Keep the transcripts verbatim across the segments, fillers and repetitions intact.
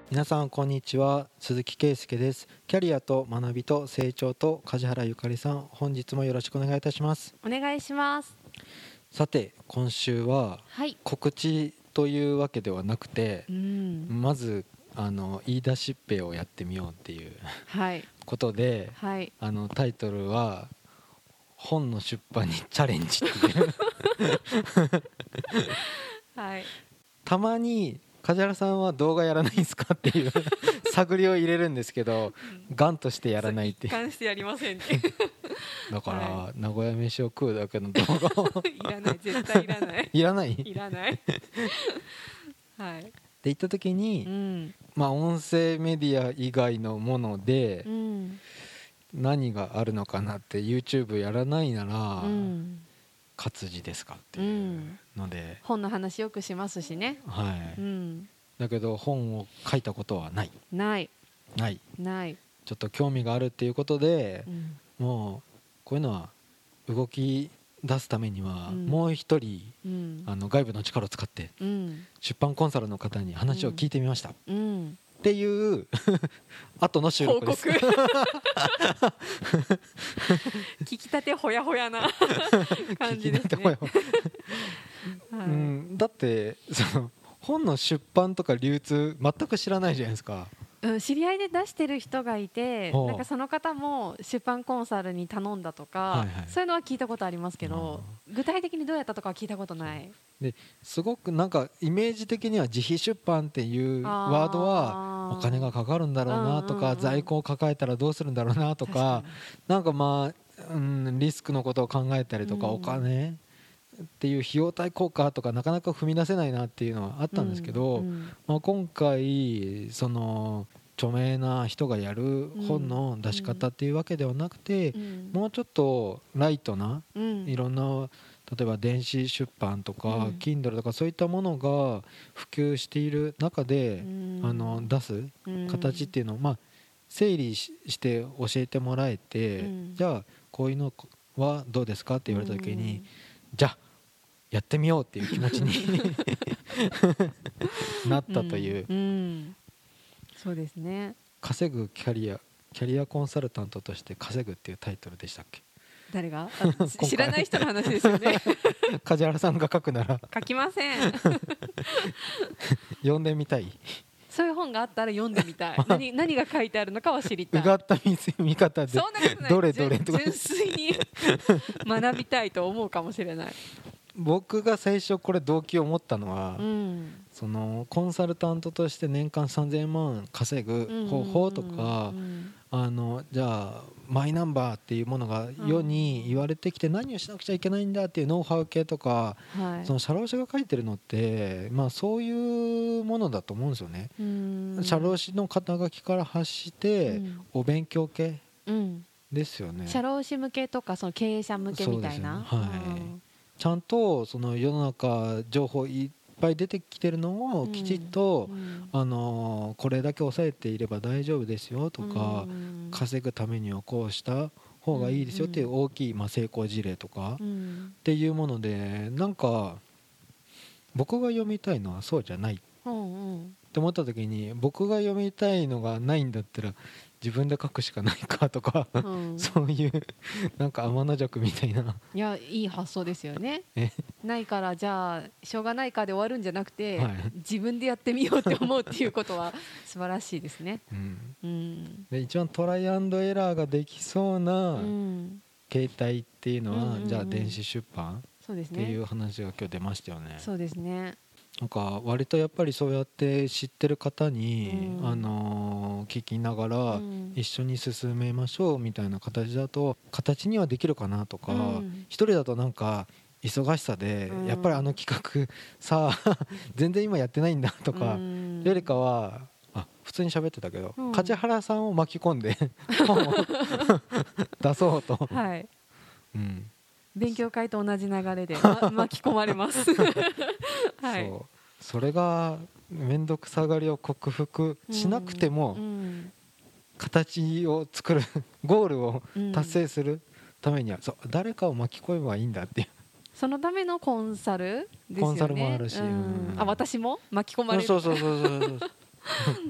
皆さんこんにちは、鈴木圭介です。キャリアと学びと成長と梶原ゆかりさん、本日もよろしくお願いいたします。 お願いします。 さて今週は告知というわけではなくて、 うん、 まずあの言い出しっぺをやってみようっていう、はい、ことで、はい、あのタイトルは本の出版にチャレンジっていう、はい、たまに梶原さんは動画やらないんですかっていう探りを入れるんですけど、うん、ガンとしてやらないっていう、 一貫してやりませんねだから、はい、名古屋飯を食うだけの動画をいらない、絶対いらないいらないいらないはいって言った時に、うん、まあ音声メディア以外のもので、うん、何があるのかなって YouTube やらないなら、うん、活字ですかっていうので、うん、 本の話よくしますしね、 はい、うん、だけど本を書いたことはないないないないちょっと興味があるっていうことで、うん、もうこういうのは動き出すためにはもう一人、うん、あの外部の力を使って、うん、出版コンサルの方に話を聞いてみました、うん、っていう後の収録です。 報告聞きたてほやほやな感じですね。はい、 うん、だってその本の出版とか流通全く知らないじゃないですか。 うん、知り合いで出してる人がいて、なんかその方も出版コンサルに頼んだとか、はいはい、そういうのは聞いたことありますけど、具体的にどうやったとかは聞いたことない。 ですごくなんかイメージ的には自費出版っていうワードはお金がかかるんだろうなとか、在庫を抱えたらどうするんだろうなとか、なんかまあ、うん、リスクのことを考えたりとか、お金っていう費用対効果とかなかなか踏み出せないなっていうのはあったんですけど、まあ、今回その著名な人がやる本の出し方っていうわけではなくて、もうちょっとライトないろんな、例えば電子出版とか Kindle とかそういったものが普及している中であの出す形っていうのをまあ整理して教えてもらえて、じゃあこういうのはどうですかって言われた時に、じゃあやってみようっていう気持ちになったという、うんうん、 そうですね。 稼ぐキャリアキャリアコンサルタントとして稼ぐっていうタイトルでしたっけ。 誰が知らない人の話ですよね梶原さんが書くなら書きません読んでみたい。 そういう本があったら読んでみたい何, 何が書いてあるのかは知りたい。 うがった見方でどれどれとか純粋に学びたいと思うかもしれない。 僕が最初これ動機を持ったのは、うん、そのコンサルタントとして年間さんぜんまん稼ぐ方法とか、あのじゃあマイナンバーっていうものが世に言われてきて何をしなくちゃいけないんだっていうノウハウ系とか、はい、その社労士が書いてるのって、まあ、そういうものだと思うんですよね。社労士の肩書きから発してお勉強系ですよね、うん、 社労士向けとかその経営者向けみたいな、 そうですよね、はい、ちゃんとその世の中情報いっぱい出てきてるのをきちっと、うんうん、あのこれだけ抑えていれば大丈夫ですよとか、うん、稼ぐためにはこうした方がいいですよっていう大きい、まあ、成功事例とか、うん、っていうもので、なんか僕が読みたいのはそうじゃないって思った時に、僕が読みたいのがないんだったら自分で書くしかないかとか、うん、そういうなんか天の弱みたいな。 いや、いい発想ですよね。ないからじゃあしょうがないかで終わるんじゃなくて、はい、自分でやってみようって思うっていうことは素晴らしいですね、うんうん、 で一番トライアンドエラーができそうな形態っていうのは、うんうんうん、じゃあ電子出版っていう話が今日出ましたよね。 そうですね。 なんか割とやっぱりそうやって知ってる方に、うん、あの聞きながら一緒に進めましょうみたいな形だと形にはできるかなとか、うん、一人だとなんか忙しさでやっぱりあの企画さあ全然今やってないんだとかよりかは、あ普通に喋ってたけど、うん、梶原さんを巻き込んで本を出そうと、はい、 うん、勉強会と同じ流れで、ま、巻き込まれます、 はい、そうそれが面倒くさがりを克服しなくても、うんうん、形を作るゴールを達成するためには、そう誰かを巻き込めばいいんだっていう、 そのためのコンサルですよね。 コンサルもあるし、うん、あ私も巻き込まれる。 そうそうそうそうそう、うん、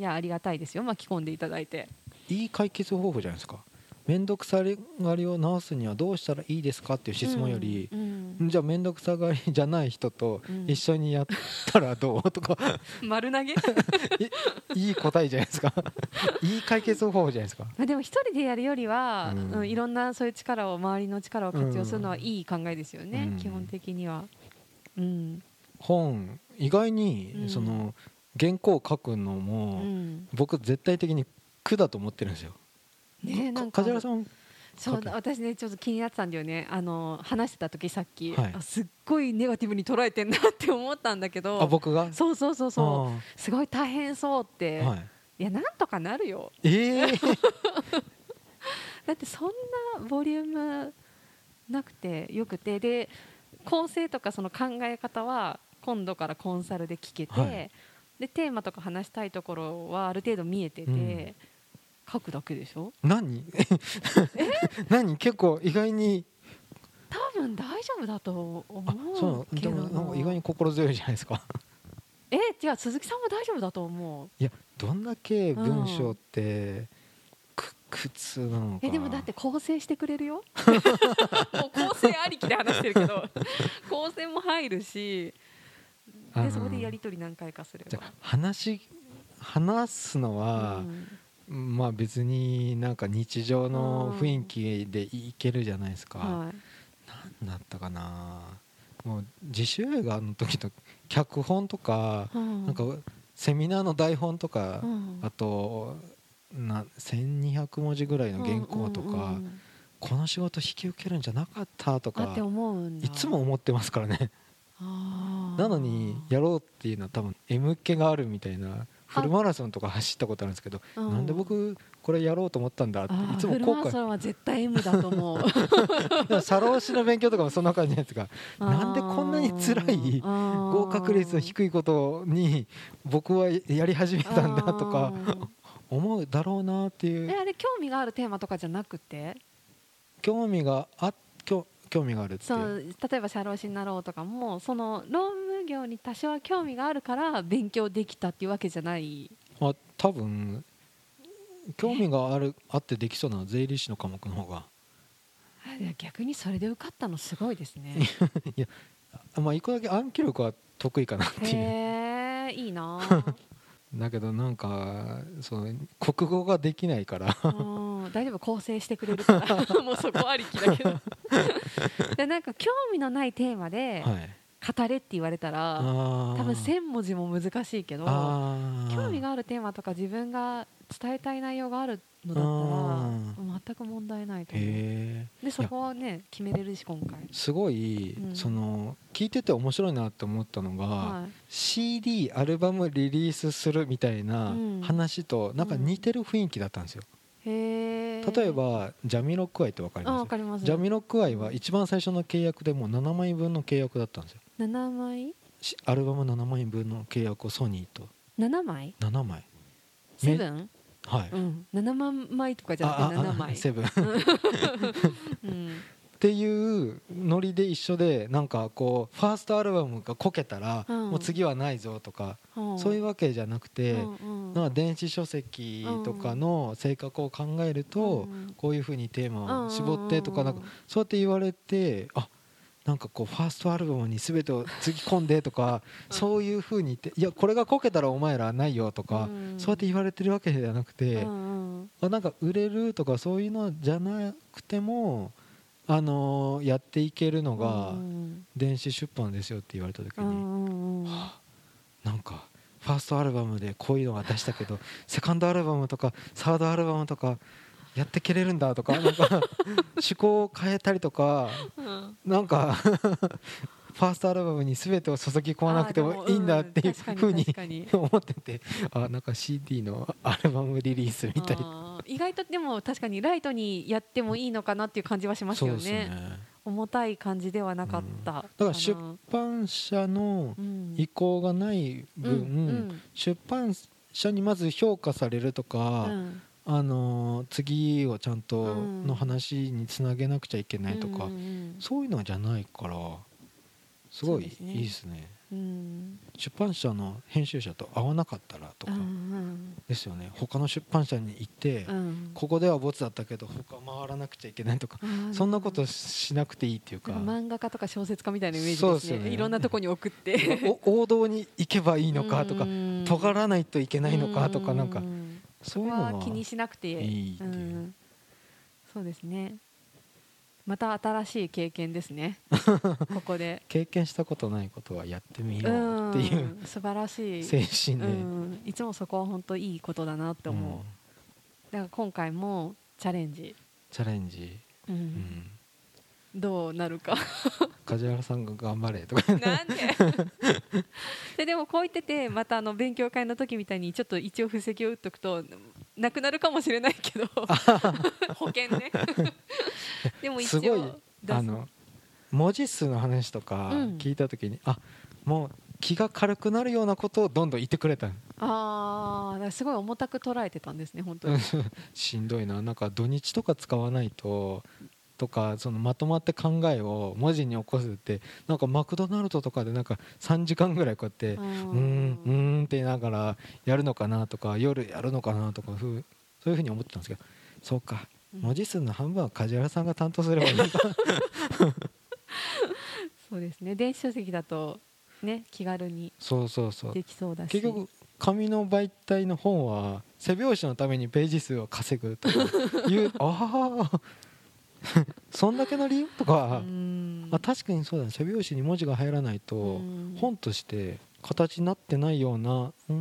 いやありがたいですよ、巻き込んでいただいて。 いい解決方法じゃないですか。面倒くさがりを直すにはどうしたらいいですかっていう質問より、うんうん、じゃあ面倒くさがりじゃない人と一緒にやったらどうとか丸投げい, いい答えじゃないですかいい解決方法じゃないですか。 でも一人でやるよりは、うんうん、いろんなそういう力を周りの力を活用するのはいい考えですよね、うん、基本的には、うん、 本意外にその原稿を書くのも僕絶対的に苦だと思ってるんですよ。 ね、なんか梶原さんそうだ、私ねちょっと気になってたんだよね。あの話してた時さっき、はい、あすっごいネガティブに捉えてんなって思ったんだけど、 あ僕がそうそうそうそうすごい大変そうって、はい、いやなんとかなるよ、 えー、 だってそんなボリュームなくてよくて、で構成とかその考え方は今度からコンサルで聞けて、はい、でテーマとか話したいところはある程度見えてて、うん書くだけでしょ。 何何結構意外に多分大丈夫だと思う。 そうでもなんか意外に心強いじゃないですかえ違う、鈴木さんも大丈夫だと思う。 いやどんだけ文章って、うん、く苦痛なのか。 えでもだって構成してくれるよもう構成ありきで話してるけど構成も入るしでそこでやり取り何回かすれば。 じゃ話話すのは、うんまあ別になんか日常の雰囲気でいけるじゃないですか、はい、何だったかな、もう自主映画の時と脚本とか、うん、なんかセミナーの台本とか、うん、あとなせんにひゃくもじぐらいの原稿とか、うんうんうん、この仕事引き受けるんじゃなかったとかいつも思ってますからねなのにやろうっていうのは多分 M 気があるみたいな。フルマラソンとか走ったことあるんですけど、なんで僕これやろうと思ったんだっていつも後悔。フルマラソンは絶対 M だと思う社労士の勉強とかもそんな感じなんですが、なんでこんなに辛い合格率の低いことに僕はやり始めたんだとか思うだろうなっていう。 えあれ興味があるテーマとかじゃなくて、 興味があ興興味があるっていう、 そう例えば社労士になろうとかもその論文業に多少は興味があるから勉強できたっていうわけじゃない。 あ多分興味があるあってできそうな税理士の科目の方が逆にそれで受かったのすごいですねいやまあ一個だけ暗記力は得意かなっていう。 へーいいなだけどなんかその国語ができないから大丈夫構成してくれるからもうそこありきだけどでなんか興味のないテーマで、はい語れって言われたら多分せんもじも難しいけど興味があるテーマとか自分が伝えたい内容があるのだったら全く問題ないと思う。でそこはね決めれるし今回すごい、うん、その聞いてて面白いなって思ったのが、はい、シーディー アルバムリリースするみたいな話となんか似てる雰囲気だったんですよ、うん、へ例えばジャミロックアイって分かります？ あ、分かります。 ジャミロックアイは一番最初の契約でもうななまいぶんの契約だったんですよ。 ななまいアルバムななまいぶんの契約をソニーとななまいななまいセブンはい、 うん、ななまんまいとかじゃなくてななまいセブン、うん、っていうノリで一緒でなんかこうファーストアルバムがこけたら、うん、もう次はないぞとか、うん、そういうわけじゃなくて、うんうん、なんか電子書籍とかの性格を考えると、うん、こういうふうにテーマを絞ってとかなんかそうやって言われてあなんかこうファーストアルバムに全てをつぎ込んでとかそういう風に言っていやこれがこけたらお前らないよとかそうやって言われてるわけじゃなくてなんか売れるとかそういうのじゃなくてもあのやっていけるのが電子出版ですよって言われた時にはあなんかファーストアルバムでこういうのが出したけどセカンドアルバムとかサードアルバムとかやってけれるんだとかなんか趣向を変えたりとか、うん、なんかファーストアルバムに全てを注ぎ込まなくてもいいんだっていうふうに思っててあなんか シーディー のアルバムリリースみたい意外とでも確かにライトにやってもいいのかなっていう感じはしますよ ね, そうですね重たい感じではなかった、うん、だから出版社の意向がない分、うんうん、出版社にまず評価されるとか、うんあのー、次をちゃんとの話につなげなくちゃいけないとか、うん、そういうのじゃないからすごいいいですね。うん、出版社の編集者と会わなかったらとかですよね。他の出版社に行って、うん、ここではボツだったけど他回らなくちゃいけないとか、そんなことしなくていいっていうか、 漫画家とか小説家みたいなイメージですね。そうですよね。いろんなとこに送って王道に行けばいいのかとか、尖らないといけないのかとか、なんかそういうのは気にしなくていいっていう、うん、そうですね。また新しい経験ですねここで経験したことないことはやってみようっていう、 うん、素晴らしい精神で、うん、 いつもそこは本当いいことだなって思う、うん、だから今回もチャレンジチャレンジ、うんうん、 どうなるか梶原さんが頑張れとかなんでででもこう言ってて、またあの勉強会の時みたいにちょっと一応布石を打っとくとなくなるかもしれないけど保険ねでも一応すごいあの文字数の話とか聞いた時に、うん、あもう気が軽くなるようなことをどんどん言ってくれた。 ああ、すごい重たく捉えてたんですね本当にしんどいな。なんか土日とか使わないととか、そのまとまって考えを文字に起こすって、なんかマクドナルドとかでなんかさんじかんぐらいこうやってうーんうーんって言いながらやるのかなとか、夜やるのかなとか、そういうふうに思ってたんですけど、そうか、文字数の半分は梶原さんが担当すればいいのかそうですね。電子書籍だとね、気軽にそうそうそうできそうだし、 結局紙の媒体の本は背表紙のためにページ数を稼ぐとかいうああそんだけの理由とか、あ確かにそうだね。背表紙に文字が入らないと本として形になってないような、うん、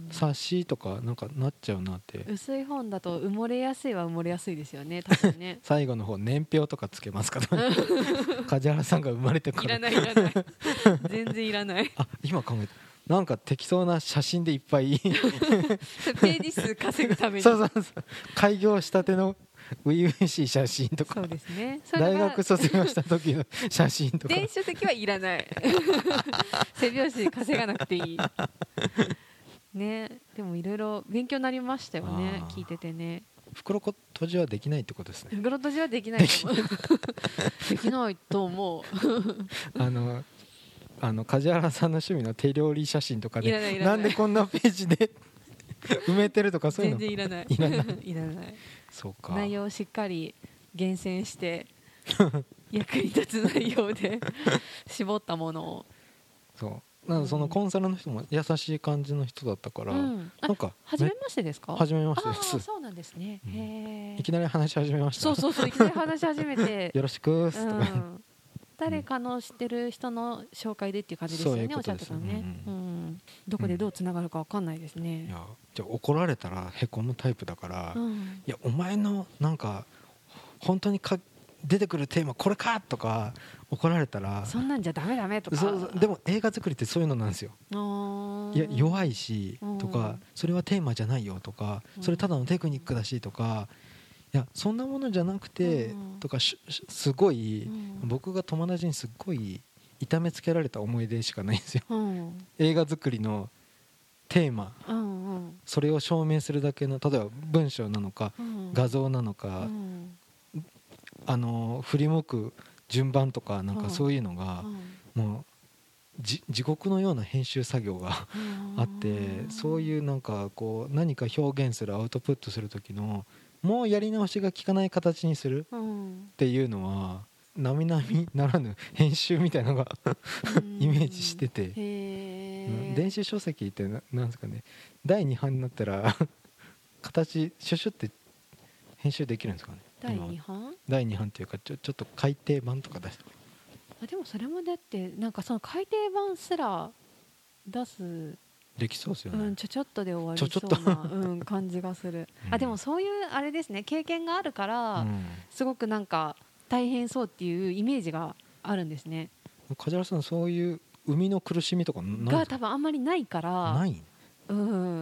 冊子とかなんかなっちゃうなって。 薄い本だと埋もれやすいは埋もれやすいですよね、多分ね最後の方年表とかつけますから梶原さんが生まれてからいらないいらない全然いらないあ今考えた、なんか適当な写真でいっぱいページ数稼ぐためにそうそうそう、開業したての初々しい写真とか、 そうですね、 大学卒業した時の写真とか電子書籍はいらない背表紙稼がなくていいね。でもいろいろ勉強になりましたよね、聞いててね。 袋閉じはできないってことですね。 袋閉じはできないと思うできないと思うあのあの梶原さんの趣味の手料理写真とかでなんでこんなページで埋めてるとか、そういうの全然いらないいらないいらないそうか、 内容をしっかり厳選して役に立つ内容で絞ったものを、 そうなんかそのコンサルの人も優しい感じの人だったから、うん、なんか初めましてですか？ 初めましてです。 あそうなんですね、うん、へいきなり話し始めました。 そうそうそう、いきなり話し始めてよろしくーすとか、うん、誰かの知ってる人の紹介でっていう感じですよね、おっしゃってたのね、うんうん、どこでどうつながるか分かんないですね、うん、 いやじゃあ怒られたらへこむタイプだから、うん、いやお前のなんか本当にか出てくるテーマこれかとか怒られたらそんなんじゃダメダメとか、 そうそうでも映画作りってそういうのなんですよ。いや弱いしとか、それはテーマじゃないよとか、それただのテクニックだしとか、いやそんなものじゃなくてとか、すごい僕が友達にすっごい痛めつけられた思い出しかないんですよ、映画作りのテーマ、それを証明するだけの、例えば文章なのか画像なのか、あの振り向く順番とかなんかそういうのがもうじ地獄のような編集作業があって、そういうなんかこう何か表現するアウトプットする時のもうやり直しが効かない形にするっていうのは並々ならぬ編集みたいなのがイメージしてて、電子書籍ってななんですかね、だいに版になったら形シュシュって編集できるんですかね。 だいに版だいに版っていうかちょ、ちょっと改訂版とか出して、 あでもそれもだってなんかその改訂版すら出すできそうですよね、 うん、ちょちょっとで終わりそうなうん、感じがする、うん、あでもそういうあれですね、経験があるから、うん、すごくなんか大変そうっていうイメージがあるんですね。 梶原さんそういう生みの苦しみとかないですか？ が多分あんまりないからない、 うん、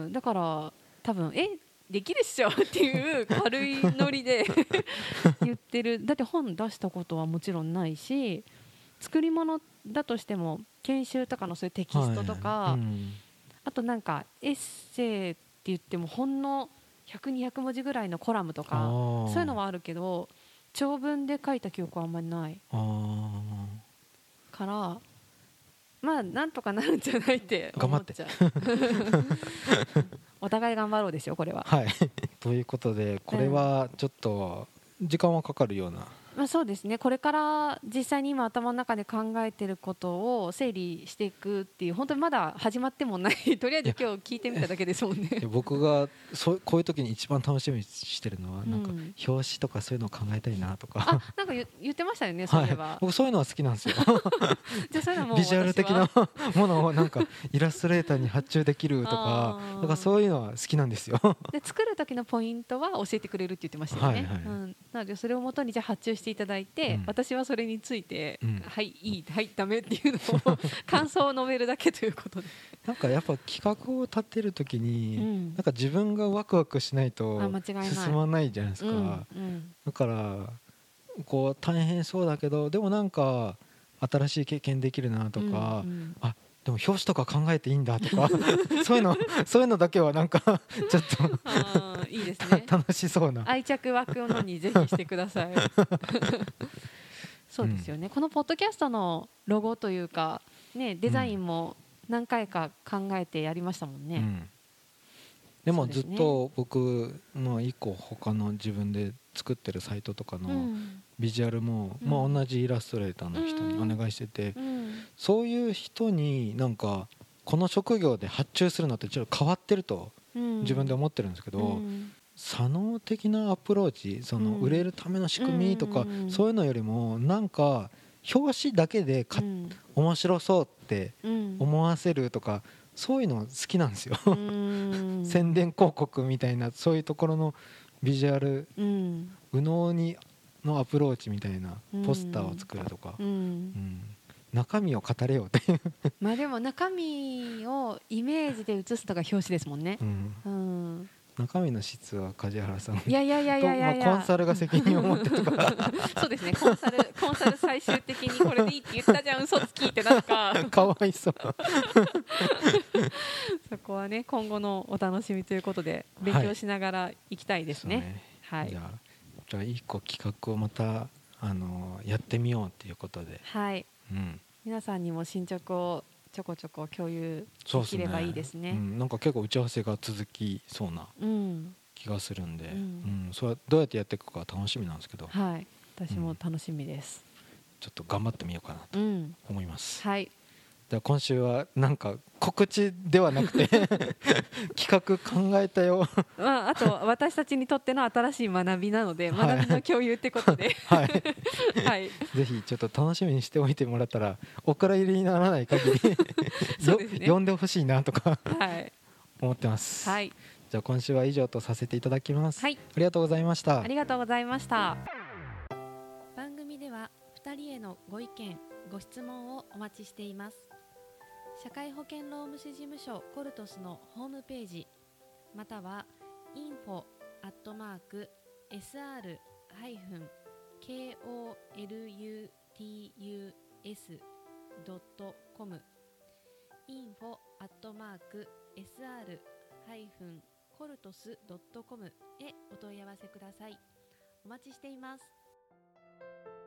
だから多分えできるっしょっていう軽いノリで言ってる。だって本出したことはもちろんないし、作り物だとしても研修とかのそういうテキストとか、はい、うん、あとなんかエッセイって言ってもほんのひゃく、にひゃく文字ぐらいのコラムとかそういうのはあるけど長文で書いた記憶はあんまりないから、 まあなんとかなるんじゃないって思っちゃうお互い頑張ろうですよこれは。 はいということでこれはちょっと時間はかかるような、 まあ、そうですねこれから実際に今頭の中で考えていることを整理していくっていう本当にまだ始まってもないとりあえず今日聞いてみただけですもんね。 僕がそうこういう時に一番楽しみにしてるのは、うん、なんか表紙とかそういうのを考えたいなとかあなんか言ってましたよねそういえば、 はい、僕そういうのは好きなんですよじゃそういうのもビジュアル的なものをなんかイラストレーターに発注できるとかなんかそういうのは好きなんですよで作る時のポイントは教えてくれるって言ってましたよね、はいはいうん、なのでそれをもとにじゃあ発注していただいて、うん、私はそれについて、うん、はいいいはいダメっていうのを感想を述べるだけということでなんかやっぱ企画を立てる時に、うん、なんか自分がワクワクしないと進まないじゃないですか、うんうん、だからこう大変そうだけどでもなんか新しい経験できるなとか、うんうん、あでも表紙とか考えていいんだとかそういうのそういうのだけはなんかちょっとあいいですね楽しそうな愛着湧くのにぜひしてくださいそうですよね、うん、このポッドキャストのロゴというか、ね、デザインも何回か考えてやりましたもんね、うん、 でもずっと僕の一個他の自分で作ってるサイトとかのビジュアルも、うんまあ、同じイラストレーターの人にお願いしてて、うんうん、そういう人になんかこの職業で発注するのってちょっと変わってると自分で思ってるんですけど、うん、作能的なアプローチその売れるための仕組みとか、うん、そういうのよりもなんか表紙だけでか、うん、面白そうって思わせるとかそういうの好きなんですよ宣伝広告みたいなそういうところのビジュアル、うん、右脳にのアプローチみたいなポスターを作るとか、うんうん、中身を語れよっていうまあでも中身をイメージで写すのが表紙ですもんね、うんうん、 中身の質は梶原さんいやいやいやいやいやいや、 まあ、コンサルが責任を持ってとかそうですねコンサルコンサル最終的にこれでいいって言ったじゃん嘘つきってなんかかわいそうそこはね今後のお楽しみということで勉強しながらいきたいですね、はい、 じゃあじゃあいっこ企画をまたあのやってみようということで、 はいうん、皆さんにも進捗をちょこちょこ共有できればいいですね。 そうですね、うん、なんか結構打ち合わせが続きそうな気がするんで、うんうん、それはどうやってやっていくか楽しみなんですけど、 はい、私も楽しみです、 うん、ちょっと頑張ってみようかなと思います、 うん、はいじゃあ今週はなんか告知ではなくて企画考えたよまあ、あと私たちにとっての新しい学びなので、はい、学びの共有ってことで、 はいはい、ぜひちょっと楽しみにしておいてもらったらお蔵入りにならない限りそうですね、呼んでほしいなとか思ってます、はい、じゃあ今週は以上とさせていただきます、はい、ありがとうございました。 ありがとうございました。番組ではふたりへのご意見ご質問をお待ちしています。社会保険労務士事務所コルトスのホームページまたは インフォ アットマーク エスアール ケーオーエルユーティーユーエス ドットコム インフォ アットマーク エスアール コルトス ドットコム へお問い合わせください。お待ちしています。